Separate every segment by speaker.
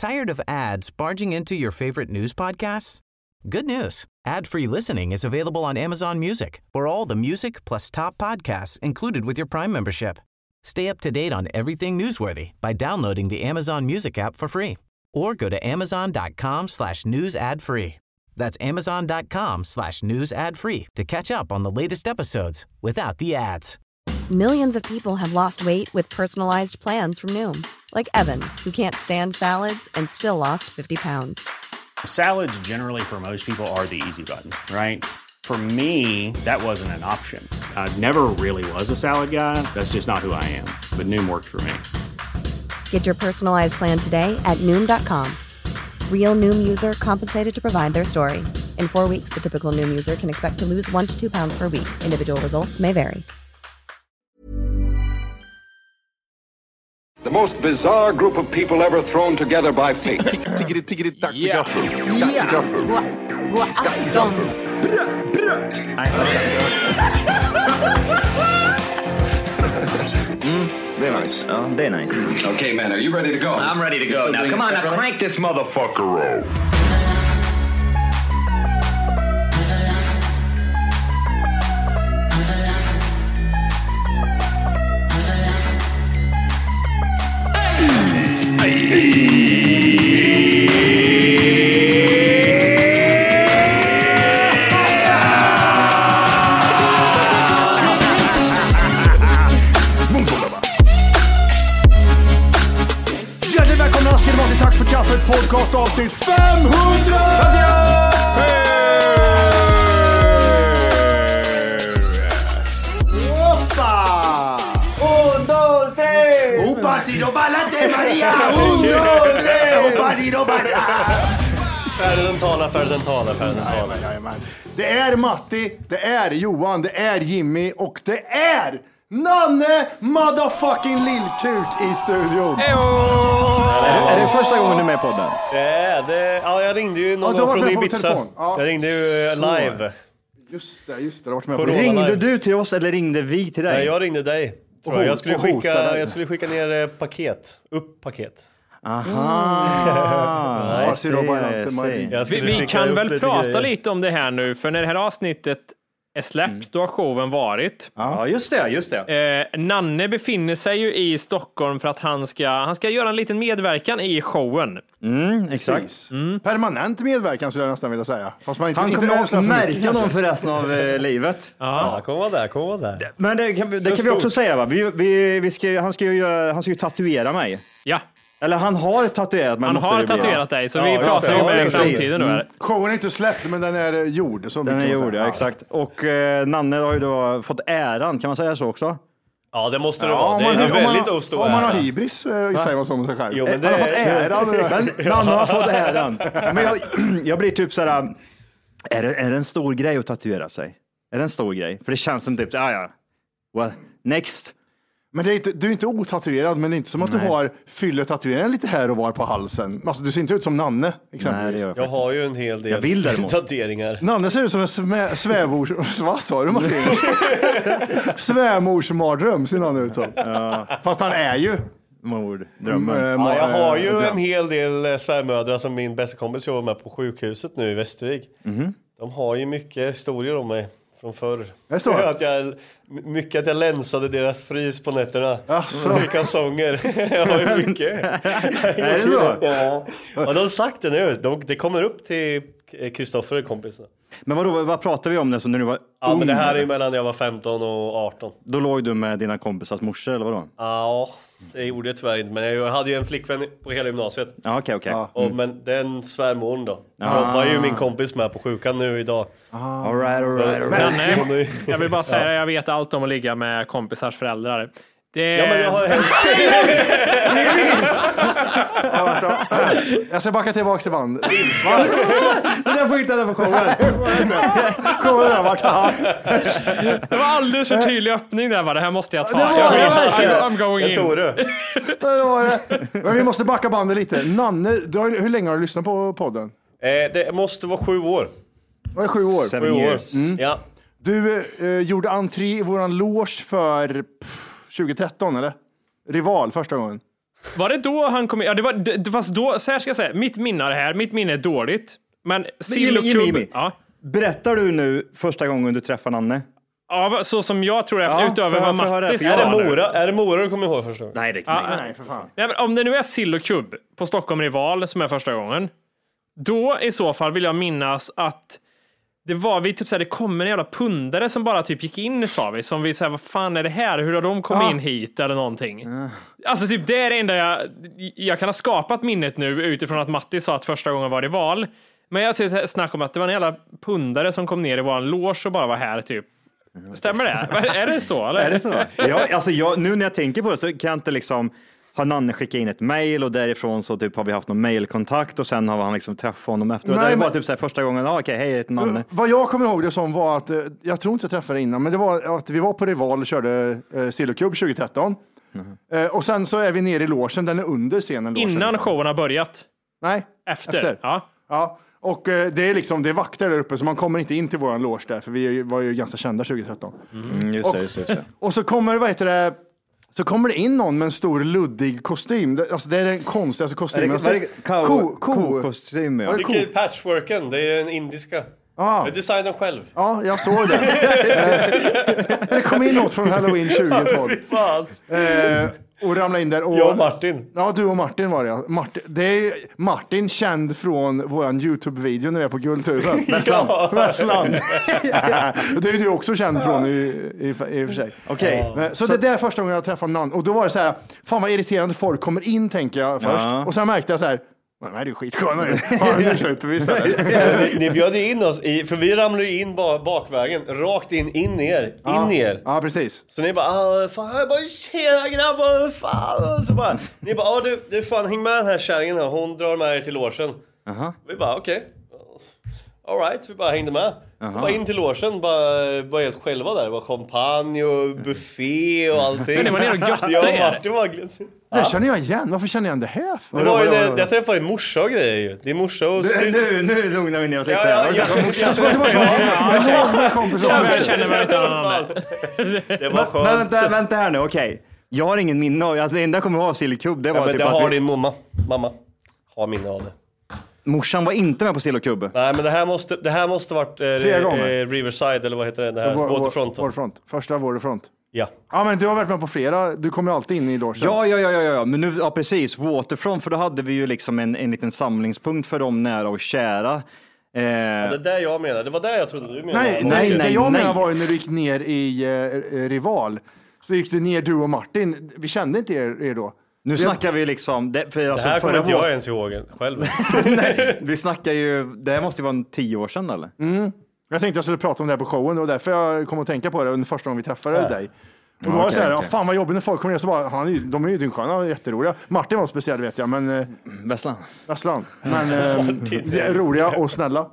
Speaker 1: Tired of ads barging into your favorite news podcasts? Good news. Ad-free listening is available on Amazon Music for all the music plus top podcasts included with your Prime membership. Stay up to date on everything newsworthy by downloading the Amazon Music app for free or go to amazon.com/news ad free. That's amazon.com/news ad free to catch up on the latest episodes without the ads.
Speaker 2: Millions of people have lost weight with personalized plans from Noom. Like Evan, who can't stand salads and still lost 50 pounds.
Speaker 3: Salads generally for most people are the easy button, right? For me, that wasn't an option. I never really was a salad guy. That's just not who I am. But Noom worked for me.
Speaker 2: Get your personalized plan today at Noom.com. Real Noom user compensated to provide their story. In 4 weeks, the typical Noom user can expect to lose 1 to 2 pounds per week. Individual results may vary.
Speaker 4: The most bizarre group of people ever thrown together by fate.
Speaker 5: Tiggeri, tack för gaffel.
Speaker 2: God afton!
Speaker 5: Det är nice.
Speaker 6: Ja, det är nice.
Speaker 4: Okay, man, are you ready to go?
Speaker 6: I'm ready to go. Now, come on, now crank this motherfucker up.
Speaker 5: Tack för kaffet, podcast avsnitt 500! Hoppa! 1, 2, 3! Un pasito pa'lante, Maria! 1, 2, 3! Un pasito pa'lante!
Speaker 7: Färden talar.
Speaker 5: Jajamän. Det är Matti, det är Johan, det är Jimmy och det är Nanne motherfucking Lillkuk i studion.
Speaker 6: Är det första gången du är med på podden?
Speaker 7: Ja, jag ringde ju någon från Ibiza.
Speaker 5: Ja.
Speaker 7: Jag ringde ju live.
Speaker 5: Just det. Du har varit med på
Speaker 7: Corona
Speaker 5: det.
Speaker 6: Ringde
Speaker 7: live.
Speaker 6: du till oss eller ringde vi till dig?
Speaker 7: Nej, jag ringde dig. Tror jag. Jag skulle skicka ner paket.
Speaker 6: Aha.
Speaker 8: Vi kan väl prata lite om det här nu, för när det här avsnittet är släppt, då har showen varit.
Speaker 6: Ja, just det.
Speaker 8: Nanne befinner sig ju i Stockholm för att han ska göra en liten medverkan i showen.
Speaker 6: Exakt.
Speaker 5: Permanent medverkan skulle jag nästan vilja säga. Fast man
Speaker 6: Han kommer att märka någon för resten av livet.
Speaker 7: Ja, kom vara där.
Speaker 6: Men det kan vi också säga, va? Han ska ju tatuera mig.
Speaker 8: Ja.
Speaker 6: Eller han har tatuerat mig.
Speaker 8: Han har tatuerat dig, så vi pratar ju om framtiden nu.
Speaker 5: Showen är inte släppt, men den är gjord.
Speaker 6: Den är gjord, ja, exakt. Och Nanne har ju då fått äran, kan man säga så också?
Speaker 7: Ja, det måste det vara. Det är väldigt ostor.
Speaker 5: Om man har hybris, säger man så om sig själv.
Speaker 7: Jo, men
Speaker 5: han har fått äran.
Speaker 6: Nanne har fått äran. Men jag blir typ såhär, är det en stor grej att tatuera sig? Är det en stor grej? För det känns som typ, well, next.
Speaker 5: Men det är inte, du är inte otatuerad, men det är inte som att du har fylletatueringar lite här och var på halsen. Alltså, du ser inte ut som Nanne, exempelvis.
Speaker 7: Jag har ju en hel del tatueringar.
Speaker 5: Nanne ser ut som en vad sa du, Martin? Svämorsmardröm ser Nanne ut som. Ja. Fast han är ju
Speaker 6: morddrömmen.
Speaker 7: Jag har ju en hel del svärmödrar som min bästa kompis jobbar med på sjukhuset nu i Västervik. De har ju mycket historier om mig från förr. Att jag länsade deras frys på nätterna. I kalsonger. Jag har ju mycket.
Speaker 6: Är det så?
Speaker 7: Ja. Och de har sagt det nu. Det kommer upp till Kristoffer, kompisen.
Speaker 6: Men vad pratar vi om det, så när du var
Speaker 7: ung? Men det här är ju mellan jag var 15 och 18.
Speaker 6: Då låg du med dina kompisars morsor, eller vadå?
Speaker 7: Ja, det gjorde jag tyvärr inte. Men jag hade ju en flickvän på hela gymnasiet.
Speaker 6: Okej.
Speaker 7: Men den svärmorn då. Jobbar ju min kompis med på sjukan nu idag.
Speaker 6: All right.
Speaker 8: Men, jag vill bara säga, jag vet allt om att ligga med kompisars föräldrar.
Speaker 7: Ja, men jag har
Speaker 5: jag ska backa tillbaka till band.
Speaker 6: Det där får inte den för showen.
Speaker 8: Det var alldeles för tydlig öppning där, va? Det här måste jag ta. I'm going in.
Speaker 5: Det var det. Men vi måste backa bandet lite. Nanne, hur länge har du lyssnat på podden?
Speaker 7: Det måste vara 7 år.
Speaker 5: Var det 7 år?
Speaker 6: 7 år.
Speaker 7: Ja.
Speaker 5: Du gjorde entré i våran loge för 2013, eller? Rival första gången.
Speaker 8: Var det då han kom in? Ja, det var fast då, så här ska jag säga, mitt minne är dåligt. Men sill och kubb. Ja.
Speaker 6: Berättar du nu första gången du träffar Nanne?
Speaker 8: Ja, så som jag tror utöver vad Mattis
Speaker 7: sa. Är det Mora du kommer ihåg första gången?
Speaker 6: Nej, det kan nej, för fan.
Speaker 8: Nej, men om det nu är sill och kubb på Stockholm Rival som är första gången, då i så fall vill jag minnas att det var vi typ så här, det kommer en jävla pundare som bara typ gick in, sa vi, som vi säger, vad fan är det här? Hur har de kommit in hit eller någonting? Alltså typ det är det enda jag kan ha skapat minnet nu utifrån att Matti sa att första gången var Rival. Men jag ser snack om att det var en jävla pundare som kom ner i våran loge och bara var här typ. Stämmer det? Är det så eller?
Speaker 6: Är det så? Nu när jag tänker på det så kan jag inte liksom har Nanne skickat in ett mejl och därifrån så typ har vi haft någon mejlkontakt och sen har han liksom träffat honom efter. Det var typ så här första gången, okej, hej, jag heter Nanne.
Speaker 5: Vad jag kommer ihåg det som var att, jag tror inte jag träffade det innan, men det var att vi var på Rival och körde Sill och Kubb 2013. Och sen så är vi nere i logen, den är under scenen.
Speaker 8: Innan showen har börjat?
Speaker 5: Nej, efter. Ja. Och det är liksom, det är vakter där uppe så man kommer inte in till våran loge där, för vi var ju ganska kända 2013.
Speaker 6: Just det.
Speaker 5: Och så kommer, så kommer det in någon med en stor luddig kostym. Alltså det är den konstigaste kostymen.
Speaker 6: Kostym, ja.
Speaker 7: Vilket patchworken, det är en indiska. Jag designade den själv.
Speaker 5: Ja, jag såg det. Det kom in något från Halloween 2012.
Speaker 7: Fy fan.
Speaker 5: Och ramla in där. Och,
Speaker 7: jag och Martin.
Speaker 5: Ja, du och Martin var det. Det är Martin känd från våran YouTube-video när vi är på Guldtuben. Västland. Det är du också känd från i och för sig.
Speaker 6: Okej.
Speaker 5: Så det är första gången jag träffade någon. Och då var det så här, fan vad irriterande folk kommer in, tänker jag först. Och sen märkte jag så här, men det är ju skitsköna.
Speaker 7: Ni bjöd in oss för vi ramlade in bakvägen, rakt in er.
Speaker 5: Ja, precis.
Speaker 7: Så ni bara, fan, jag bara, tjena grabbar, fan. Så bara, ni bara, du fan, häng med den här kärringen här. Hon drar med er till logen. Vi bara, okej. All right, vi bara hängde med. Bara in till logen, bara var helt själva där. Det var champagne och buffé och allting.
Speaker 8: Men det var nere och göttade
Speaker 5: Det känner jag igen. Varför känner jag igen det här?
Speaker 7: Det var ju jag träffade en morsa och grejer ju. Det är morsa och
Speaker 6: nu lugnar vi ner oss lite.
Speaker 8: Jag känner mig inte annan.
Speaker 7: Det var skönt.
Speaker 6: Vänta här nu, okej. Jag har ingen minne av, det enda jag kommer ihåg av Sill och Kubb, det var typ
Speaker 7: det har din mamma har minne av det.
Speaker 6: Morsan var inte med på Sill och Kubb.
Speaker 7: Nej, men det här måste varit Riverside, eller vad heter det här?
Speaker 5: Waterfront. Första Waterfront.
Speaker 7: Ja.
Speaker 5: Ja, men du har varit med på flera. Du kommer alltid in i logen.
Speaker 6: Ja. Men nu, precis. Waterfront, för då hade vi ju liksom en liten samlingspunkt för dem nära och kära.
Speaker 7: Det är det jag menar. Det var det jag trodde du menade.
Speaker 5: Nej. Det jag menar var ju när du gick ner i Rival. Så gick du ner, du och Martin. Vi kände inte er då.
Speaker 6: Nu snackar vi liksom...
Speaker 7: Det här kommer inte jag ens ihåg själv.
Speaker 6: Nej, vi snackar ju... Det här måste ju vara 10 år sedan, eller?
Speaker 5: Jag tänkte jag skulle prata om det här på showen. Och därför jag kom att tänka på det under första gången vi träffade dig. Och då var det så här, fan vad jobbigt när folk kommer ner. Så bara, de är ju dyngsköna och jätteroliga. Martin var speciell, vet jag, men... Västland. Men roliga och snälla.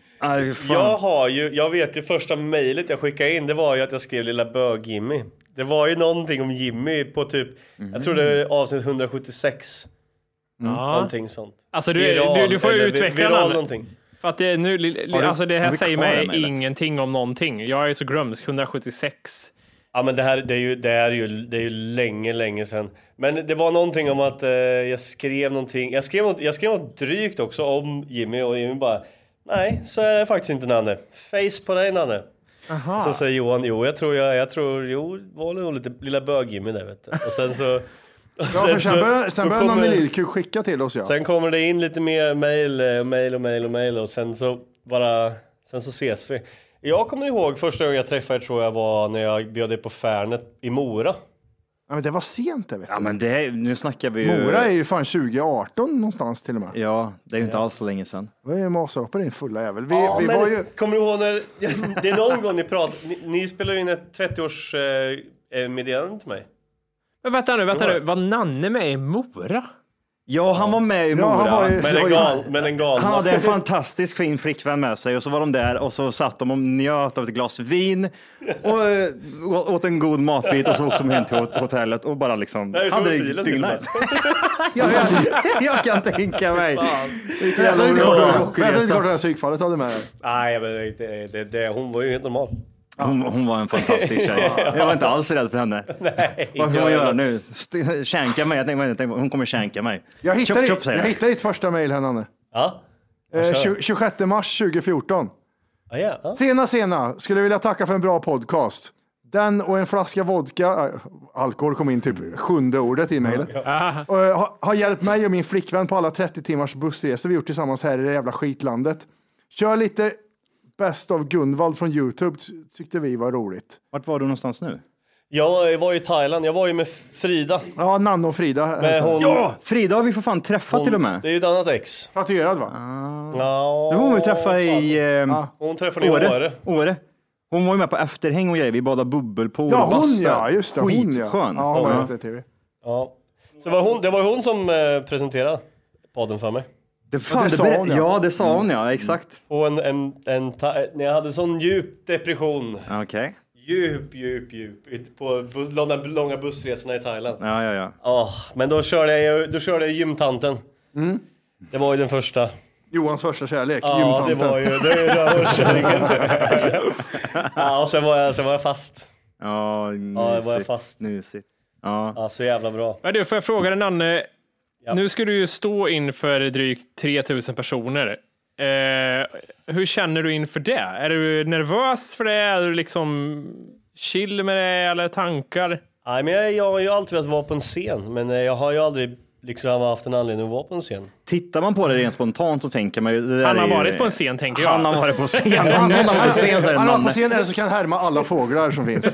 Speaker 7: Jag vet ju första mejlet jag skickade in, det var ju att jag skrev lilla bög-Jimmy. Det var ju någonting om Jimmy på typ, jag tror det är avsnitt 176. Någonting sånt.
Speaker 8: Alltså du får ju utveckla
Speaker 7: någonting.
Speaker 8: För att det det här säger mig ingenting om någonting. Jag är så glömsk, 176.
Speaker 7: Ja, men det är ju länge sedan. Men det var någonting om att jag skrev någonting. Jag skrev något drygt också om Jimmy, och Jimmy bara, nej, så är det faktiskt inte, Nanne. Face på dig, Nanne. Så säger Johan, jag tror var nog lite lilla bög-Jimmy där, vet du. Och sen så...
Speaker 5: Sen börjar någon lillkuk skicka till oss, ja.
Speaker 7: Sen kommer det in lite mer mail och sen så ses vi. Jag kommer ihåg första gången jag träffade, tror jag var när jag bjöd dig på Färnet i Mora.
Speaker 5: Ja, men det var sent, det, vet du.
Speaker 6: Ja, men nu snackar vi ju...
Speaker 5: Mora är ju fan 2018 någonstans till och med.
Speaker 6: Ja, det är ju inte alls så länge sedan.
Speaker 5: Det var ju masar på din fulla jävel. Vi
Speaker 7: var
Speaker 5: ju...
Speaker 7: Kommer du ihåg när... Det är någon gång ni pratar... Ni spelar in ett 30-års meddelande till mig.
Speaker 8: Men vänta nu. Var Nanne med i Mora?
Speaker 6: Ja, han var med i Mora.
Speaker 7: Men en gal.
Speaker 6: Han hade en fantastisk fin flickvän med sig, och så var de där och så satt de och njöt av ett glas vin och åt en god matbit, och så åkte de hem till hotellet och bara liksom hade det dygnat. Jag kan tänka mig.
Speaker 5: Jag vet inte vad det här psykfallet hade med.
Speaker 7: Nej, men det hon var ju helt normal.
Speaker 6: Hon var en fantastisk tjej. Jag var inte alls rädd för henne.
Speaker 7: Nej,
Speaker 6: vad ska hon göra nu? Känka mig? Jag tänkte, hon kommer känka mig.
Speaker 5: Jag hittade ditt första mejl här, Nanne.
Speaker 7: Ja.
Speaker 5: 26 mars 2014. Sena, skulle vilja tacka för en bra podcast. Den och en flaska vodka, alkohol kom in typ 7:e ordet i mejlet. Har hjälpt mig och min flickvän på alla 30 timmars bussresor vi gjort tillsammans här i det jävla skitlandet. Kör lite Best of Gunvald från YouTube, tyckte vi var roligt.
Speaker 6: Vart var du någonstans nu?
Speaker 7: Jag var i Thailand, jag var ju med Frida.
Speaker 5: Ja, Nanne och Frida.
Speaker 6: Ja, Frida har vi för fan träffat till och med.
Speaker 7: Det är ju ett annat ex.
Speaker 5: Tatuerad, va?
Speaker 6: Det var hon vi träffade i
Speaker 7: hon träffade i Åre.
Speaker 6: Hon var ju med på efterhäng och grejer. Vi badade bubbelpool
Speaker 5: och basta. Ja, just det.
Speaker 6: Skitskön.
Speaker 5: Ja, hon var jätte-tv.
Speaker 7: Ja. Så det var hon som presenterade podden för mig.
Speaker 5: Det sa hon,
Speaker 6: ja, det sa hon, ja, exakt.
Speaker 7: Och när jag hade sån djup depression.
Speaker 6: Okej.
Speaker 7: Djup på långa bussresorna i Thailand.
Speaker 6: Ja.
Speaker 7: Men då körde jag gymtanten. Det var ju den första.
Speaker 5: Johans första kärlek,
Speaker 7: ja,
Speaker 5: gymtanten.
Speaker 7: Det var ju rörkärringen. Ja, och sen var jag fast.
Speaker 6: Ja,
Speaker 7: jag var fast.
Speaker 6: Mysigt.
Speaker 7: Ja, så jävla bra.
Speaker 8: Men du, får jag fråga dig, Nanne? Ja. Nu ska du ju stå inför drygt 3000 personer. Hur känner du inför det? Är du nervös för det? Är du liksom chill med det eller tankar?
Speaker 7: Nej, men jag har ju alltid velat vara på en scen, men jag har ju aldrig liksom haft en anledning att vara på en scen.
Speaker 6: Tittar man på det rent spontant så tänker man ju...
Speaker 8: Han har varit på en scen, tänker jag.
Speaker 6: Han har varit på scen. Han har
Speaker 5: varit på scen eller så kan härma alla fåglar som finns.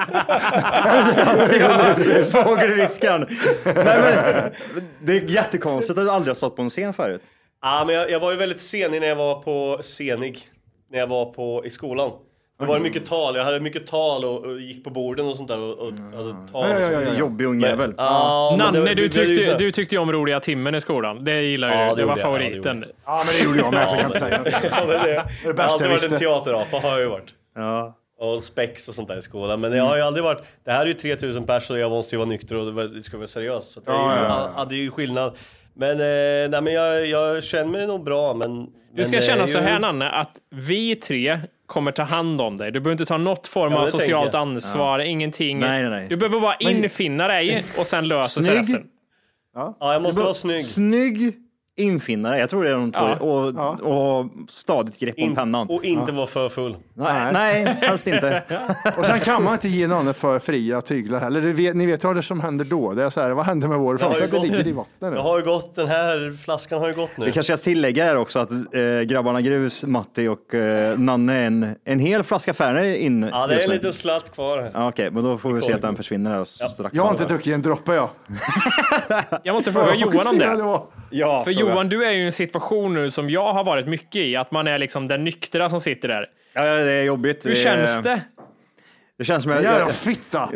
Speaker 6: Fågelviskaren. Nej, men det är jättekonstigt att du aldrig har stått på en scen förut.
Speaker 7: Ja, men jag var ju väldigt senig när jag var på scenig. När jag var i skolan. Det var mycket tal. Jag hade mycket tal och gick på borden och sånt där och tal.
Speaker 6: Jobbig ungjävel.
Speaker 8: Nanne, du tyckte ju om roliga timmen i skolan. Det gillar du. Det var favoriten.
Speaker 5: Ja, men det gjorde jag med. Jag kan inte säga.
Speaker 7: Det bästa jag varit en teaterapa har jag ju varit. Ja. Och spex och sånt där i skolan. Men jag har ju aldrig varit... Det här är ju 3000 personer och jag måste ju vara nykter och det ska vara seriöst. Så det är ju skillnad. Men, nej, men jag känner mig nog bra. Men
Speaker 8: du ska känna så här, Nanne, att vi tre kommer ta hand om dig. Du behöver inte ta något form av socialt ansvar, ingenting.
Speaker 6: Nej.
Speaker 8: Du behöver bara infinna dig och sen lösa sig resten.
Speaker 7: Ja, jag måste vara snygg.
Speaker 6: Snygg, infinna dig. Jag tror det är de två. Och stadigt grepp om pennan.
Speaker 7: Och inte vara för full.
Speaker 6: Nej, helst inte.
Speaker 5: Och sen kan man inte ge någon för fria tyglar heller. Ni vet vad det som händer då. Det är så här, vad händer med vår framtid? Det ligger i vattnet.
Speaker 7: Det har ju gått, den här flaskan har ju gått nu.
Speaker 6: Vi kanske ska tillägga här också att grabbarna Grus, Matti och Nanne en hel flaska Fernet in.
Speaker 7: Ja, det är en liten slatt kvar.
Speaker 6: Okej, men då får vi se att den försvinner här strax.
Speaker 5: Jag har inte druckit en droppe,
Speaker 8: Jag måste fråga Johan om det.
Speaker 6: Ja,
Speaker 8: för Johan, du är ju i en situation nu som jag har varit mycket i, att man är liksom den nyktra som sitter där.
Speaker 6: Ja, det är jobbigt.
Speaker 8: Hur känns det?
Speaker 6: Det känns som
Speaker 5: jag fitta.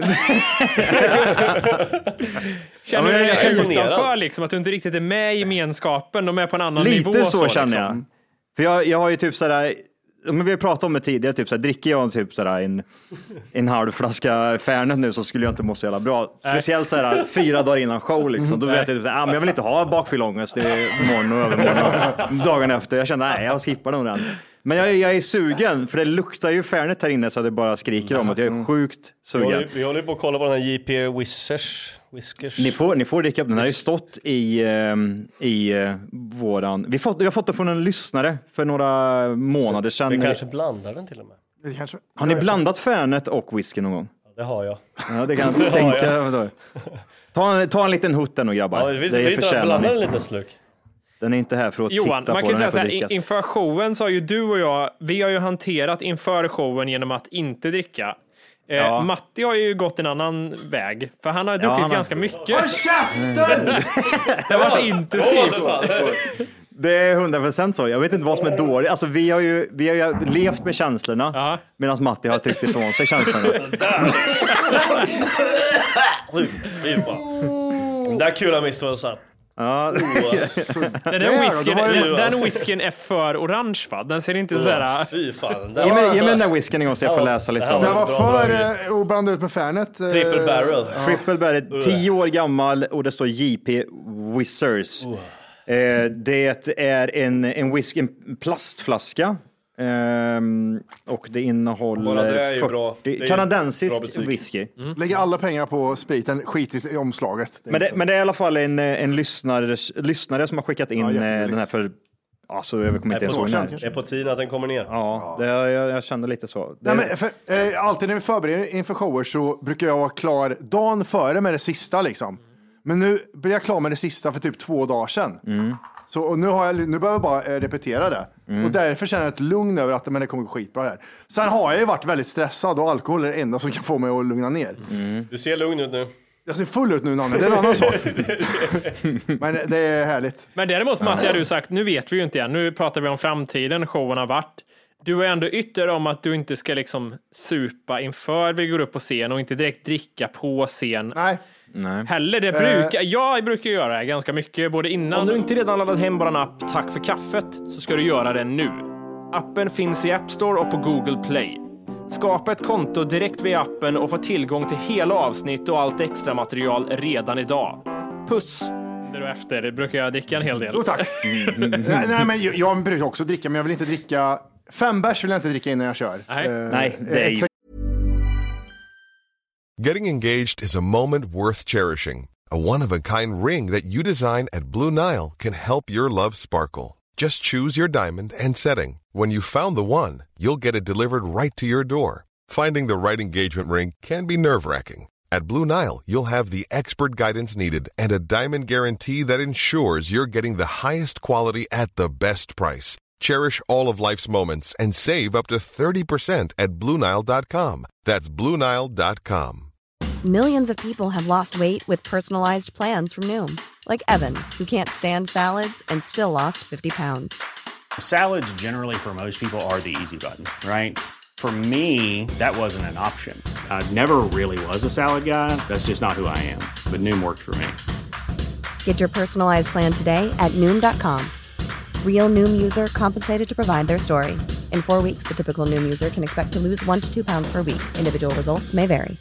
Speaker 8: Känner du dig utanför liksom, att du inte riktigt är med i gemenskapen, de är på en annan nivå?
Speaker 6: Lite så känner
Speaker 8: liksom.
Speaker 6: jag. För jag har ju typ sådär, men vi har pratat om det tidigare, typ såhär, dricker jag typ sådär en halv flaska Fernet nu så skulle jag inte må så jävla bra. Speciellt såhär 4 dagar innan show liksom. Då vet jag typ såhär, men jag vill inte ha bakfyllångest imorgon och övermorgon. Dagen efter, jag känner, nej, jag skippar nog den. Men jag är sugen, för det luktar ju Fernet här inne så det bara skriker om att jag är sjukt sugen.
Speaker 7: Vi håller på att kolla på den här JP Whiskers.
Speaker 6: Ni får dricka upp. Den har ju stått i våran... Vi har fått det från en lyssnare för några månader sedan.
Speaker 7: Vi kanske blandar den till och med.
Speaker 6: Har ni blandat Fernet och whisky någon gång?
Speaker 7: Ja, det har jag.
Speaker 6: Ja, det kan jag tänka. Ta en liten hutt där nu, grabbar.
Speaker 7: Ja, det är för blanda en liten slurk.
Speaker 6: Den är inte här för att
Speaker 8: Johan,
Speaker 6: titta
Speaker 8: man
Speaker 6: på
Speaker 8: kan
Speaker 6: den.
Speaker 8: Säga så här, inför showen så har ju du och jag, vi har ju hanterat inför showen genom att inte dricka. Matti har ju gått en annan väg, för han har druckit ganska mycket.
Speaker 5: Håll käften!
Speaker 8: Det har varit intensivt.
Speaker 6: Det är 100% så. Jag vet inte vad som är dåligt. Alltså, vi har ju levt med känslorna medan Matti har tryckt ifrån sig känslorna.
Speaker 7: Den där kulan misstår jag satt.
Speaker 6: Ja.
Speaker 8: Den whiskyn är för orange, va? Den ser inte så här...
Speaker 7: Fy fan.
Speaker 6: Ge mig den där whiskyn en gång så jag får läsa lite om
Speaker 5: den. Den var för oblandad ut med Fernet.
Speaker 7: Triple barrel.
Speaker 6: Triple barrel. 10 år gammal och det står JP Whiskers. Det är en plastflaska Och det innehåller
Speaker 7: bara det är ju 40 bra. Det är
Speaker 6: kanadensisk whisky.
Speaker 5: Lägger alla pengar på spriten, skit i omslaget.
Speaker 6: Men det är i alla fall en lyssnare som har skickat in den här för... Alltså, jag kommer inte ens ihåg när.
Speaker 7: Det är på tiden att den kommer ner.
Speaker 6: Ja, jag kände lite så.
Speaker 5: Nej, men alltid när vi förbereder inför shower så brukar jag vara klar dagen före med det sista liksom. Men nu blir jag klar med det sista för typ 2 dagar sedan. Så och nu behöver jag bara repetera det. Och därför känner jag ett lugn över att det kommer gå skitbra här. Sen har jag ju varit väldigt stressad och alkohol är det enda som kan få mig att lugna ner.
Speaker 7: Du ser lugn ut nu.
Speaker 5: Jag ser full ut nu, Nanne. Det är en annan sak. Men det är härligt.
Speaker 8: Men däremot, Matti, har du sagt, nu vet vi ju inte än. Nu pratar vi om framtiden, showen har varit. Du är ändå ytter om att du inte ska liksom supa inför vi går upp på scen och inte direkt dricka på scen.
Speaker 5: Nej.
Speaker 8: Heller, jag brukar göra det ganska mycket, både innan.
Speaker 9: Om du inte redan laddat hem våran app Tack för kaffet så ska du göra det nu. Appen finns i App Store och på Google Play. Skapa ett konto direkt via appen och få tillgång till hela avsnitt och allt extra material redan idag. Puss!
Speaker 8: Det brukar jag dricka en hel del.
Speaker 5: Jo, tack. Nej, men jag brukar också dricka, men jag vill inte dricka 5 bärs vill jag inte dricka innan jag kör.
Speaker 6: Nej, det är
Speaker 10: Getting engaged is a moment worth cherishing. A one-of-a-kind ring that you design at Blue Nile can help your love sparkle. Just choose your diamond and setting. When you've found the one, you'll get it delivered right to your door. Finding the right engagement ring can be nerve-wracking. At Blue Nile, you'll have the expert guidance needed and a diamond guarantee that ensures you're getting the highest quality at the best price. Cherish all of life's moments and save up to 30% at BlueNile.com. That's BlueNile.com.
Speaker 2: Millions of people have lost weight with personalized plans from Noom. Like Evan, who can't stand salads and still lost 50 pounds.
Speaker 3: Salads generally for most people are the easy button, right? For me, that wasn't an option. I never really was a salad guy. That's just not who I am. But Noom worked for me.
Speaker 2: Get your personalized plan today at Noom.com. Real Noom user compensated to provide their story. In 4 weeks, the typical Noom user can expect to lose 1 to 2 pounds per week. Individual results may vary.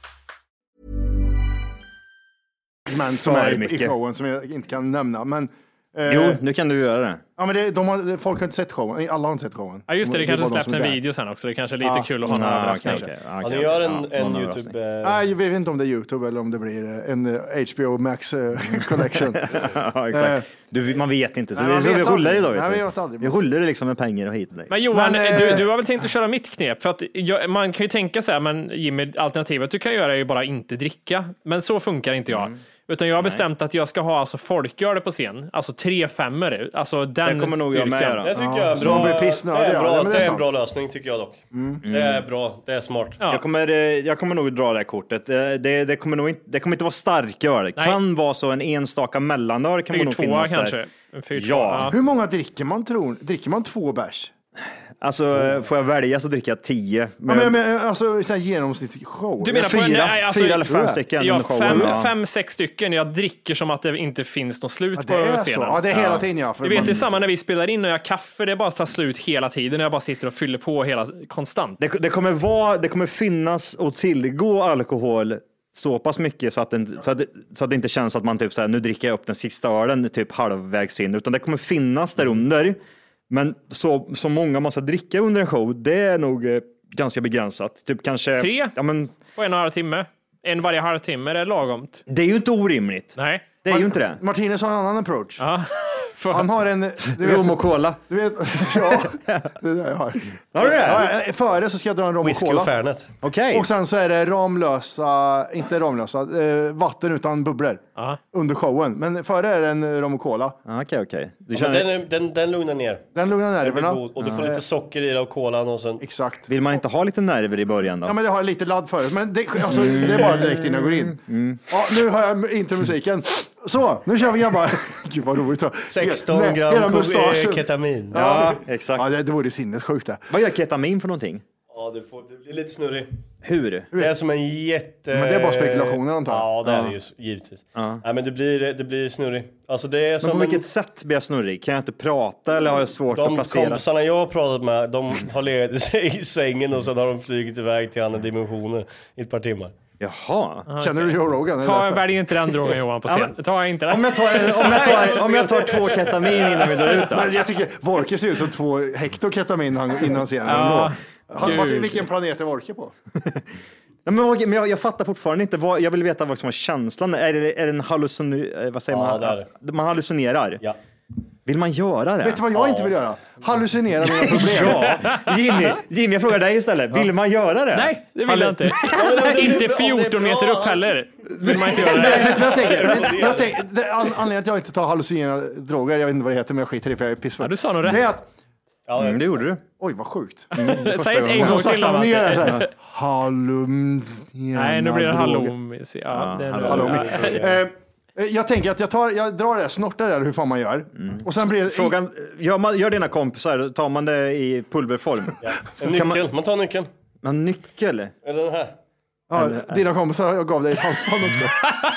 Speaker 5: Men som är i showen som jag inte kan nämna. Men,
Speaker 6: jo, nu kan du göra det.
Speaker 5: Ja, men folk har inte sett showen. Alla har inte sett showen.
Speaker 8: Ja, just det kanske släppt en video sen också. Det kanske är lite kul att ha en överraskning.
Speaker 7: Ja, ni gör en YouTube...
Speaker 5: Nej, vi vet inte om det är YouTube eller om det blir en HBO Max collection.
Speaker 6: Ja, exakt. Man vet inte. Så vi rullar idag. Vi rullar liksom med pengar och hit.
Speaker 8: Men Johan, du har väl tänkt att köra mitt knep? För att man kan ju tänka så här, men Jimmy, alternativet du kan göra är ju bara inte dricka. Men så funkar inte jag. Utan jag har bestämt att jag ska ha alltså folköl på scen. Alltså 3-5-er. Alltså den
Speaker 6: det kommer nog jag med.
Speaker 7: Det tycker jag är bra. Det är en bra lösning tycker jag dock. Det är bra. Det är smart.
Speaker 6: Ja. Jag kommer nog dra det här kortet. Det kommer inte vara starköl. Det kan vara så en enstaka mellanöl kan nog finnas där.
Speaker 5: Ja. Hur många dricker man tror? Dricker man 2 bärs?
Speaker 6: Alltså, får jag välja så dricker jag 10.
Speaker 5: Men alltså, så här genomsnittsshow.
Speaker 8: Du menar
Speaker 6: 4 eller 5 stycken?
Speaker 8: Ja, 5-6 stycken. Jag dricker som att det inte finns något slut på scenen. Så.
Speaker 5: Ja, det är hela tiden, ja.
Speaker 8: Du vet, det är samma när vi spelar in och jag har kaffe. Det bara tar slut hela tiden. Jag bara sitter och fyller på konstant.
Speaker 6: Det kommer finnas och tillgå alkohol så pass mycket så att det inte känns att man typ så här, nu dricker jag upp den sista ölen typ halvvägs in. Utan det kommer finnas där under. Men så många man ska dricka under en show, det är nog ganska begränsat. Typ kanske
Speaker 8: 3 på 1,5 timme. En varje halvtimme är lagomt.
Speaker 6: Det är ju inte orimligt.
Speaker 8: Nej.
Speaker 6: Det är ju inte det.
Speaker 5: Martinez har en annan approach.
Speaker 8: Ja.
Speaker 5: Han har en...
Speaker 6: Rom och cola.
Speaker 5: Du vet, ja, det är det jag har.
Speaker 6: Har du det?
Speaker 5: Ja, före så ska jag dra en rom och cola.
Speaker 7: Fernet.
Speaker 6: Okay.
Speaker 5: Och sen så är det inte ramlösa, vatten utan bubblor under showen. Men före är det en rom och cola.
Speaker 6: Okej.
Speaker 7: Den lugnar ner.
Speaker 5: Den lugnar nerverna.
Speaker 7: Och du får lite socker i det och kolan och sen...
Speaker 5: Exakt.
Speaker 6: Vill man inte ha lite nerver i början då?
Speaker 5: Ja, men det har lite ladd förut. Men det är bara direkt innan jag går in. Ja, nu har jag intromusiken. Så, nu kör vi grabbar. Gud vad roligt.
Speaker 7: 16 gram ketamin.
Speaker 5: Ja, exakt. Ja, det vore sinnessjukt det.
Speaker 6: Vad gör ketamin för någonting?
Speaker 7: Ja, det blir lite snurrig.
Speaker 6: Hur?
Speaker 7: Det är som en jätte...
Speaker 5: Men det är bara spekulationer antar jag.
Speaker 7: Ja, det är det ju givetvis. Nej, men det blir snurrig. Alltså det är som
Speaker 6: men på vilket sätt blir jag snurrig? Kan jag inte prata eller har jag svårt att placera?
Speaker 7: De kompisarna jag har pratat med, de har legat i sängen och sen har de flugit iväg till andra dimensioner i ett par timmar.
Speaker 6: Jaha.
Speaker 5: Känner du Joe Rogan?
Speaker 8: Välj inte den drogen Johan på scen. Ta inte den.
Speaker 6: Om jag tar 2 ketamin innan vi drar ut då.
Speaker 5: Men jag tycker Vorke ser ut som 2 hekto ketamin innan scenen. Vilken planet är Vorke på?
Speaker 6: Men jag fattar fortfarande inte. Jag vill veta vad som var känslan. Är det en vad säger man? Man hallucinerar. Ja. Vill man göra det?
Speaker 5: Vet du vad jag inte vill göra? Hallucinera mina problem.
Speaker 6: Jimmy, jag frågar dig istället. Vill man göra det?
Speaker 8: Nej, det vill jag inte. Inte 14 meter upp heller. Vill man inte göra det.
Speaker 5: Nej, vet du vad jag tänker? Anledningen att jag inte tar hallucinerande droger, jag vet inte vad det heter, men jag skiter i för jag är pissfull.
Speaker 8: Ja, du sa nog rätt.
Speaker 6: Det gjorde du.
Speaker 5: Oj, vad sjukt.
Speaker 8: Säg ett en gång till. Nej, nu blir det halloumi.
Speaker 5: Jag tänker att jag drar det, snortar det, hur fan man gör. Och sen blir
Speaker 6: frågan, gör dina kompisar, tar man det i pulverform?
Speaker 7: Ja. En nyckel, man tar nyckeln.
Speaker 6: En nyckel?
Speaker 7: Eller den här.
Speaker 5: Ja, dina kompisar, jag gav dig ett halsband också.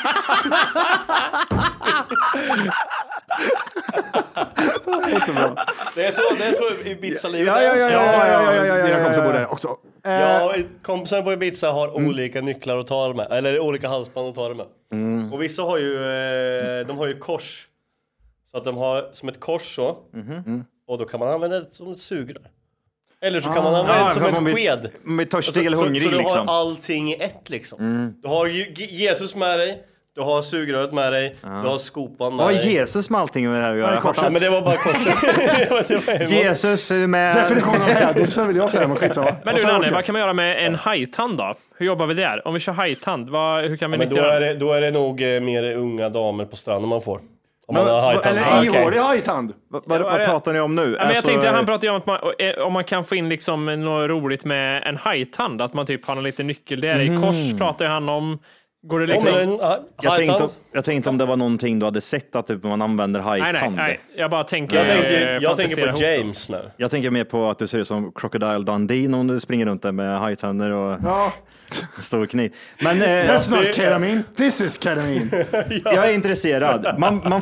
Speaker 5: Det är så bra.
Speaker 7: Det är så i Ibiza-livet.
Speaker 5: Ja. Dina kompisar bor där också.
Speaker 7: Ja, kompisarna på Ibiza har olika nycklar att ta det med. Eller olika halsband att ta det med. Och vissa har ju, de har ju kors. Så att de har som ett kors så. Och då kan man använda det som ett sugrör. Eller så kan man använda det som ett sked.
Speaker 6: Med törstig eller hungrig
Speaker 7: så du
Speaker 6: liksom.
Speaker 7: har allting i ett liksom. Du har Jesus med dig. Du har sugröret med dig. Du har skopan med dig.
Speaker 6: Vad har Jesus med allting med det här att göra?
Speaker 7: Ja, men det var bara korset.
Speaker 6: Jesus med...
Speaker 5: Definitionen av hädelse vill jag säga. Men
Speaker 8: du Nanne, vad kan man göra med en hajtand då? Hur jobbar vi där? Om vi kör hajtand, hur kan vi nyttja
Speaker 7: då är det nog mer unga damer på stranden man får.
Speaker 5: Eller ihårig hajtand.
Speaker 6: Vad pratar ni om nu?
Speaker 8: Men jag tänkte, han pratade ju om att om man kan få in liksom något roligt med en hajtand. Att man typ har en liten nyckel där. I kors pratar han om... Går det liksom...
Speaker 6: Jag tänkte om det var någonting du hade sett att typ man använder hajtand.
Speaker 8: Nej. Jag bara tänker...
Speaker 7: Jag tänker på James nu.
Speaker 6: Jag tänker mer på att du ser ut som Crocodile Dundee när du springer runt där med hajtänder och stor kniv. Men
Speaker 5: that's not ketamine. This is ketamine.
Speaker 6: Jag är intresserad.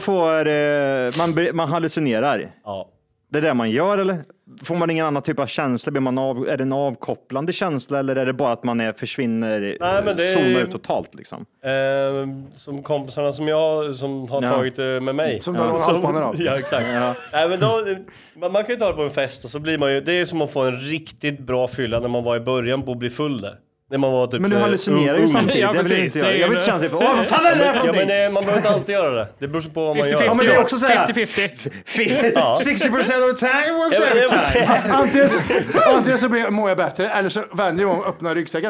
Speaker 6: Man hallucinerar. Ja. Det är det man gör, eller? Får man ingen annan typ av känsla? Är det en avkopplande känsla eller är det bara att man försvinner, zonar ut totalt liksom?
Speaker 7: Som kompisarna som har tagit det med mig.
Speaker 5: Som har halsbanden av.
Speaker 7: Ja, exakt. Nej, men man kan ju ta det på en fest och så blir man ju, det är som att få en riktigt bra fylla när man var i början på att bli full där. När man var typ,
Speaker 6: men du hallucinerar ju samtidigt.
Speaker 8: Ja,
Speaker 6: det vill inte jag. Jag vill inte känna typ, vad fan är det här för någonting?
Speaker 7: Men man behöver inte alltid göra det. Det beror på vad man gör.
Speaker 6: Ja, men det är också så här
Speaker 8: 50-50.
Speaker 6: 60% of the time works every time.
Speaker 5: Antingen så mår jag bättre eller så vänder jag om och öppnar ryggsäcken.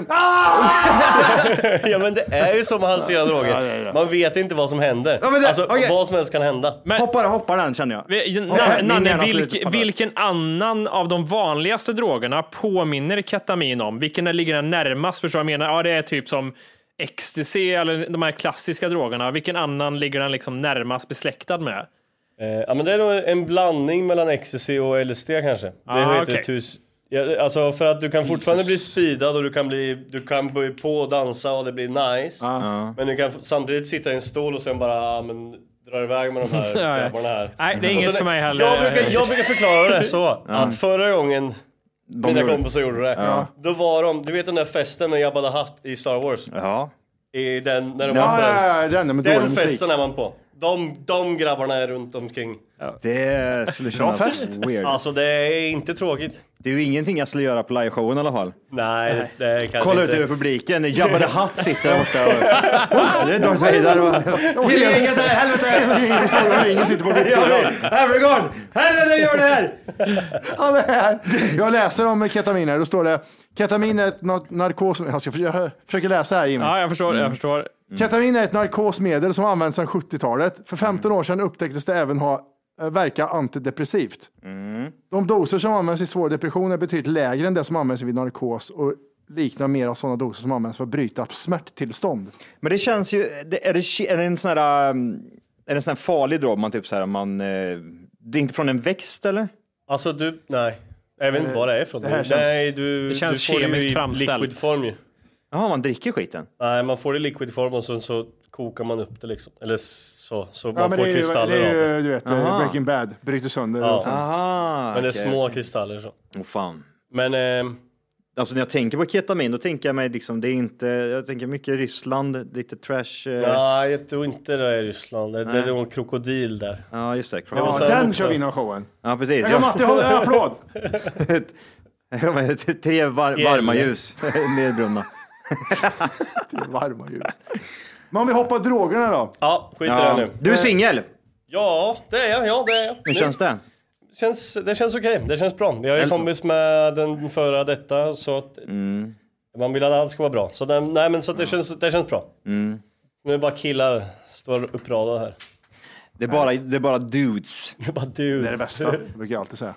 Speaker 7: Ja, men det är ju som han ser droger. Man vet inte vad som händer. Vad som helst kan hända.
Speaker 6: Hoppar den känner jag.
Speaker 8: Nanne, vilken annan av de vanligaste drogerna påminner ketamin om? Vilken ligger den närmast? Förstår jag menar? Ja, det är typ som ecstasy eller de här klassiska drogerna. Vilken annan ligger den liksom närmast besläktad med?
Speaker 7: Ja, men det är nog en blandning mellan ecstasy och LSD kanske. Det heter alltså för att du kan fortfarande bli speedad och du kan börja på och dansa och det blir nice. Men du kan samtidigt sitta i en stol och sen bara drar iväg med de här grabbarna här.
Speaker 8: Nej, det är inget för mig heller.
Speaker 7: Jag brukar förklara det så att förra gången mina kompisar gjorde det. Då var du vet den där festen med Jabba the Hutt i Star Wars.
Speaker 6: Ja.
Speaker 7: I den när de var på den festen är man på. De grabbarna är runt omkring.
Speaker 6: Det skulle kännas weird.
Speaker 7: Alltså det är inte tråkigt.
Speaker 6: Det är ju ingenting jag skulle göra på liveshowen i alla fall.
Speaker 7: Nej, det kan
Speaker 6: kolla ut över publiken. Jabba the Hutt sitter där borta. Det är Darth Vader. Helvete!
Speaker 5: Ingen sitter på vittnet.
Speaker 6: Everyone! Helvete gör det här!
Speaker 5: Jag läser om ketamin här. Då står det ketamin är ett narkos... Jag försöker läsa här, Jimmy.
Speaker 8: Ja, jag förstår.
Speaker 5: Ketamin är ett narkosmedel som används sedan 70-talet. För 15 år sedan upptäcktes det även verka antidepressivt. De doser som används i svår depression är betydligt lägre än det som används vid narkos och liknar mer av sådana doser som används för att bryta smärttillstånd.
Speaker 6: Men det känns ju... Är det en sån här farlig drog? Man typ så här, det är inte från en växt, eller?
Speaker 7: Alltså nej. Jag vet inte vad det är från.
Speaker 8: Det känns kemiskt framställt.
Speaker 7: Liquidform ju.
Speaker 6: Jaha, man dricker skiten?
Speaker 7: Nej, man får det i liquidform och så kokar man upp det liksom. Eller så man får kristaller av det.
Speaker 5: Du vet, Breaking Bad bryter sönder.
Speaker 7: Men det är små kristaller så.
Speaker 6: Fan.
Speaker 7: Men
Speaker 6: Alltså när jag tänker på ketamin, då tänker jag mig liksom, det är inte, jag tänker mycket Ryssland, lite trash.
Speaker 7: Nej, jag tror inte det är Ryssland. Det är någon krokodil där.
Speaker 6: Ja, just det.
Speaker 5: Den kör vi innan showen.
Speaker 6: Ja, precis.
Speaker 5: Jag Matti, håller en applåd.
Speaker 6: 3 varma ljus nedbrunna.
Speaker 5: 3 varma ljus. Men om vi hoppar drogerna då?
Speaker 7: Ja, skit i det nu.
Speaker 6: Du är singel?
Speaker 7: Ja, det är jag.
Speaker 6: Hur känns det?
Speaker 7: Det känns okej. Det känns bra. Jag är kompis med den förra detta, så att man vill att allt ska vara bra. Så det känns bra. Nu är det bara killar står uppradade här.
Speaker 6: Det är bara dudes.
Speaker 7: Det är bara dudes.
Speaker 5: Det är det bästa, det brukar jag alltid säga.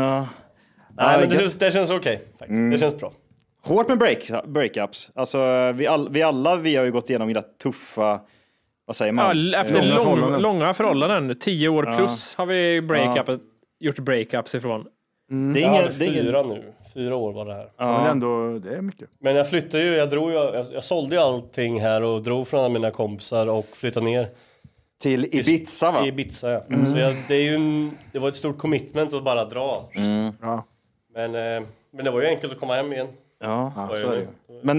Speaker 7: Nej, men det känns okej, faktiskt. Det känns bra.
Speaker 6: Hårt med breakups. Alltså, vi har ju gått igenom rätt tuffa, vad säger man?
Speaker 8: Ja, efter långa förhållanden. 10 år plus har vi gjort breakups ifrån.
Speaker 7: Det är 4 år var det här.
Speaker 5: Ja. Men ändå, det är mycket.
Speaker 7: Men jag flyttade ju, jag sålde ju allting här och drog från alla mina kompisar och flyttade ner.
Speaker 6: Till Ibiza, va?
Speaker 7: Ibiza, ja. Så det var ett stort commitment att bara dra.
Speaker 5: Ja.
Speaker 7: Men det var ju enkelt att komma hem igen.
Speaker 6: Ja, så är det. Men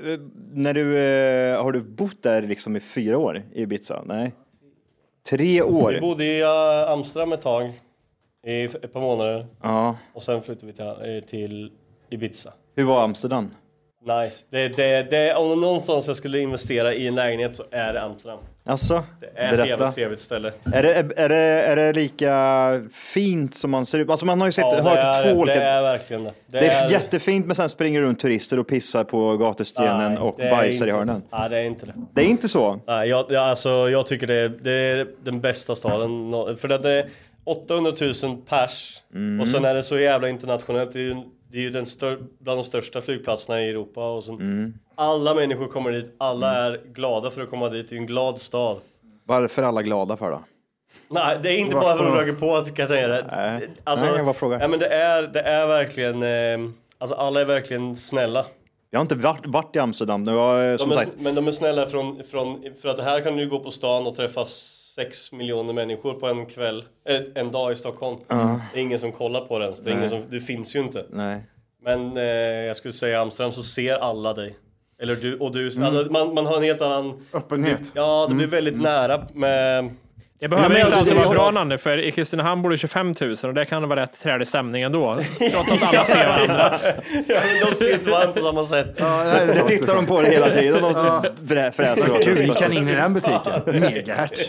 Speaker 6: har du bott där liksom i 4 år i Ibiza? Nej. 3 år?
Speaker 7: Vi bodde i Amsterdam ett tag. I ett par månader.
Speaker 6: Ja.
Speaker 7: Och sen flyttade vi till Ibiza.
Speaker 6: Hur var Amsterdam?
Speaker 7: Nice. Det om någonstans jag skulle investera i en lägenhet så är det Amsterdam.
Speaker 6: Alltså,
Speaker 7: det är ett trevligt ställe.
Speaker 6: Är det lika fint som man ser ut? Alltså man har ju hört 2 olika.
Speaker 7: Det är verkligen det.
Speaker 6: Det är jättefint, men sen springer runt turister och pissar på gatustenen och bajsar i hörnen.
Speaker 7: Nej, det är inte det.
Speaker 6: Det är inte så?
Speaker 7: Nej, jag tycker det är den bästa staden. För det är 800 000 pers. Och sen är det så jävla internationellt. Det är ju bland de största flygplatserna i Europa. Och sen, alla människor kommer dit. Alla är glada för att komma dit. Det är en glad stad.
Speaker 6: Varför är alla glada för då?
Speaker 7: Nej, det är inte bara för att röra på, kan jag säga det. Alltså,
Speaker 6: jag bara frågar.
Speaker 7: Ja, men det är verkligen... alltså alla är verkligen snälla.
Speaker 6: Jag har inte varit i Amsterdam.
Speaker 7: Men de är snälla för att här kan du gå på stan och träffa 6 miljoner människor på en kväll, en dag i Stockholm. Det är ingen som kollar på det ens. Det finns ju inte.
Speaker 6: Nej.
Speaker 7: Men jag skulle säga i Amsterdam så ser alla dig. Eller du. Alltså, man har en helt annan
Speaker 5: öppenhet.
Speaker 7: Ja, det blir väldigt nära med...
Speaker 8: Det behöver inte alltid vara bra, Nanne, för i Kristinehamn bor det 25 000 och det kan vara rätt trälig stämning ändå. Trots att alla ser varandra.
Speaker 7: Ja, men de sitter varandra på samma sätt.
Speaker 6: Det tittar de på det hela tiden. De fräser.
Speaker 5: Gud, vi kan in i den butiken. Megahertz.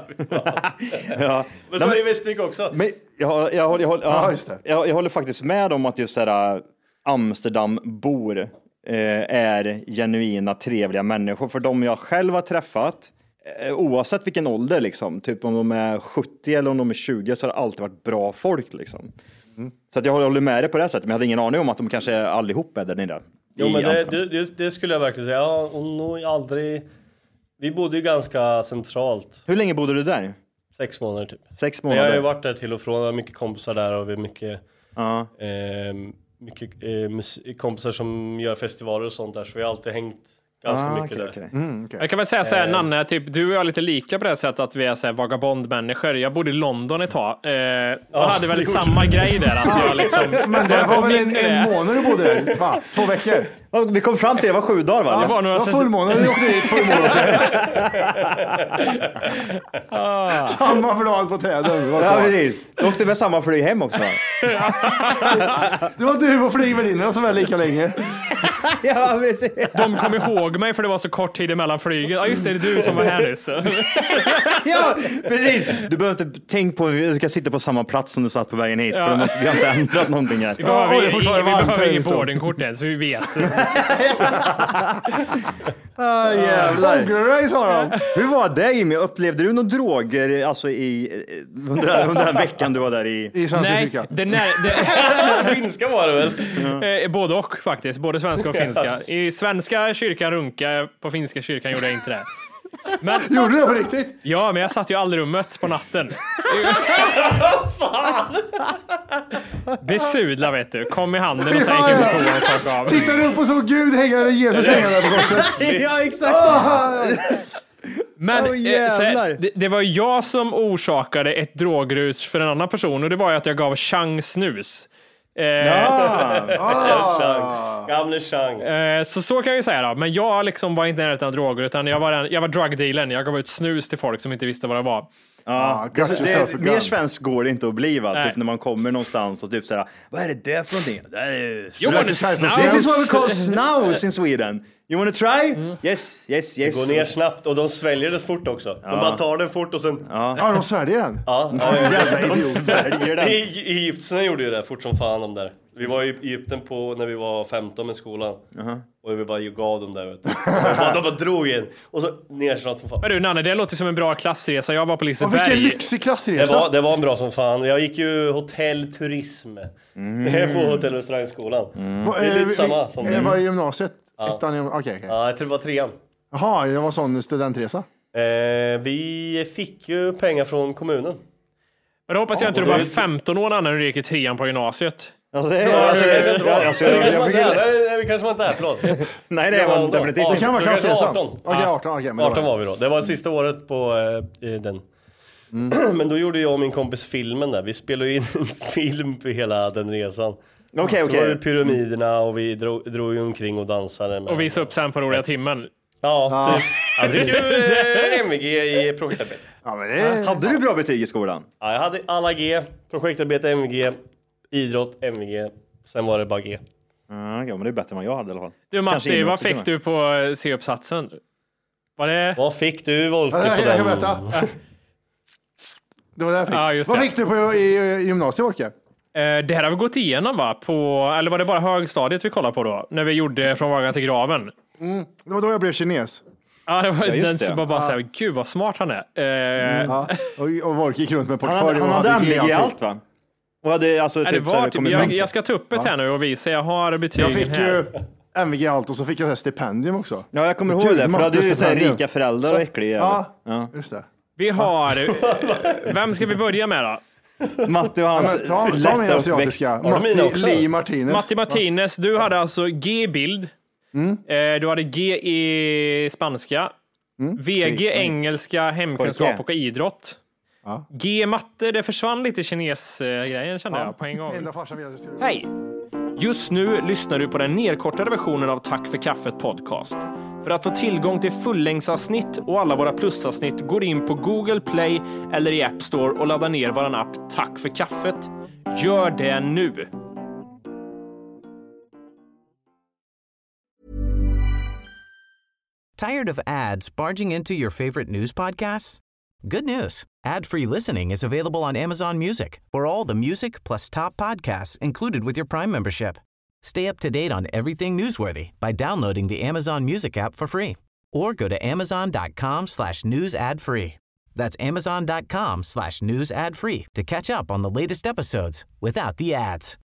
Speaker 7: Ja. Men så är det i Västervik också.
Speaker 6: Men jag håller faktiskt med om att just där Amsterdambor är genuina, trevliga människor. För de jag själv har träffat, oavsett vilken ålder liksom, typ om de är 70 eller om de är 20, så har det alltid varit bra folk liksom. Så att jag håller med dig på det sättet, men jag hade ingen aning om att de kanske allihop är där nere.
Speaker 7: Jo, men det skulle jag verkligen säga. Ja, och nog aldrig... Vi bodde ju ganska centralt.
Speaker 6: Hur länge bodde du där?
Speaker 7: 6 månader typ.
Speaker 6: 6 månader?
Speaker 7: Men jag har ju varit där till och från. Jag har mycket kompisar där och vi har mycket kompisar som gör festivaler och sånt där. Så vi har alltid hängt ganska mycket där.
Speaker 8: Okay. Jag kan väl säga så här, Nanne, typ, du och jag är lite lika på det sättet att vi är så här vagabondmänniskor. Jag bodde i London ett tag. Och hade väl samma grej där. Att jag liksom,
Speaker 5: men det var väl en månad du bodde där? Va? 2 veckor?
Speaker 6: Vi kom fram till det var 7 dagar, va?
Speaker 8: Ja, det var
Speaker 5: full månad. Vi åkte dit full månad. Samma blad på träden.
Speaker 6: Ja, precis. Du åkte med samma flyg hem också.
Speaker 5: Det var du och flygvärdinnan som är lika länge.
Speaker 6: Ja, precis.
Speaker 8: De kom ihåg mig för det var så kort tid emellan flygen. Ja, just det, är du som var här nyss.
Speaker 6: Ja, precis. Du behöver inte tänka på att du ska sitta på samma plats som du satt på vägen hit. För vi har inte ändrat någonting här.
Speaker 8: Vi behöver ingen boardingkort än, så vi vet.
Speaker 6: Jävlar.
Speaker 5: Race har de.
Speaker 6: Hur var det, Jimmy? Upplevde du några droger alltså, under den veckan du var där i
Speaker 5: Svenska kyrkan?
Speaker 7: Finska var det väl?
Speaker 8: Både och faktiskt, både svenska och finska. I svenska kyrkan runka, på finska kyrkan gjorde jag inte det. Men,
Speaker 5: gjorde du det på riktigt?
Speaker 8: Ja, men jag satt ju aldrig i rummet på natten.
Speaker 7: Fan!
Speaker 8: Besudla, vet du. Kom i handen och sen gick på toan och torkade av.
Speaker 5: Tittar du upp och så Gud hänger Jesus hänger där på korset.
Speaker 6: Ja, exakt.
Speaker 8: Men det var jag som orsakade ett drogrus för en annan person, och det var ju att jag gav Chang snus
Speaker 7: Gamle Chang.
Speaker 8: Så kan jag ju säga då. Men jag liksom var inte närheten av droger, utan jag var drugdealen. Jag gav ut snus till folk som inte visste vad det var.
Speaker 6: Ja, mer svensk går det inte att bli, va? Typ när man kommer någonstans och typ såhär, vad är det där för någonting? This is what we call snus in Sweden. You wanna try? Yes.
Speaker 7: Det går ner snabbt och de sväljer det fort också. De bara tar den fort och sen...
Speaker 5: Ja, de sväljer den.
Speaker 7: Ja, de sväljer den. Egyptierna gjorde ju det fort som fan de där. Vi var i Egypten när vi var 15 med skolan. Och vi bara gav dem där, vet du. De bara drog in. Och så nersnatt som fan.
Speaker 8: Men du Nanne, det låter som en bra klassresa. Jag var på Liseberg.
Speaker 5: Vilken lyxig klassresa.
Speaker 7: Det var en bra som fan. Jag gick ju hotellturism. På hotell- och restaurangskolan. Det är lite samma som
Speaker 5: det. Var i gymnasiet?
Speaker 7: Okay. Ja, jag tror det var 3:an.
Speaker 5: Jaha, det var sån studentresa.
Speaker 8: Vi fick ju pengar från kommunen. Men då hoppas jag inte du var 15 år när du gick i 3:an på gymnasiet.
Speaker 7: Det kanske var inte här, förlåt.
Speaker 6: Nej, det var definitivt.
Speaker 5: Det kan vara klassresan.
Speaker 7: 18 var vi då. Det var sista året på den. Men då gjorde jag och min kompis filmen där. Vi spelade in en film på hela den resan.
Speaker 6: Okej.
Speaker 7: Så var det pyramiderna och vi drog ju omkring och dansade.
Speaker 8: Och visade upp sen på roliga timmen.
Speaker 7: Ja, typ. Jag fick ju MVG i projektarbete.
Speaker 6: Hade du bra betyg i skolan?
Speaker 7: Ja, jag hade alla G. Projektarbete, MVG. Idrott, MVG. Sen var det bara G.
Speaker 6: Ja, men det är bättre än vad jag hade i alla fall.
Speaker 8: Du Matti, vad fick du på C-uppsatsen?
Speaker 7: Vad fick du, Volke, på den?
Speaker 5: Jag kan berätta. Det var det jag fick. Vad fick du på i gymnasiet, Volke?
Speaker 8: Det här har vi gått igenom, va? Eller var det bara högstadiet vi kollade på då? När vi gjorde Från vaggan till graven.
Speaker 5: Det var då jag blev kines.
Speaker 8: Ja, det var den som bara såhär, gud vad smart han är.
Speaker 5: Och Volke gick runt med portfölj.
Speaker 6: Han hade MVG i allt, va? Och hade alltså typ
Speaker 8: jag ska ta upp det här nu och visa. Jag har betygen här.
Speaker 5: Jag fick ju MVG allt och så fick jag stipendium också.
Speaker 6: Ja, jag kommer ihåg det. För du hade ju såhär rika föräldrar och äckliga.
Speaker 5: Ja, just det.
Speaker 8: Vi har... Vem ska vi börja med då?
Speaker 6: Matti och hans lätta
Speaker 5: asiatiska. Matti Martinez.
Speaker 8: Matti Martinez, du hade alltså G i bild. Du hade G i spanska. VG engelska, hemkunskap och idrott. G matte, det försvann lite kines-grejen kände jag på en gång. Hej! Just nu lyssnar du på den nedkortade versionen av Tack för kaffet podcast. För att få tillgång till fullängdsavsnitt och alla våra plusavsnitt går in på Google Play eller i App Store och laddar ner våran app Tack för kaffet. Gör det nu!
Speaker 1: Tired of ads barging into your favorite news podcasts? Good news. Ad-free listening is available on Amazon Music for all the music plus top podcasts included with your Prime membership. Stay up to date on everything newsworthy by downloading the Amazon Music app for free or go to amazon.com/news ad free. That's amazon.com/news ad free to catch up on the latest episodes without the ads.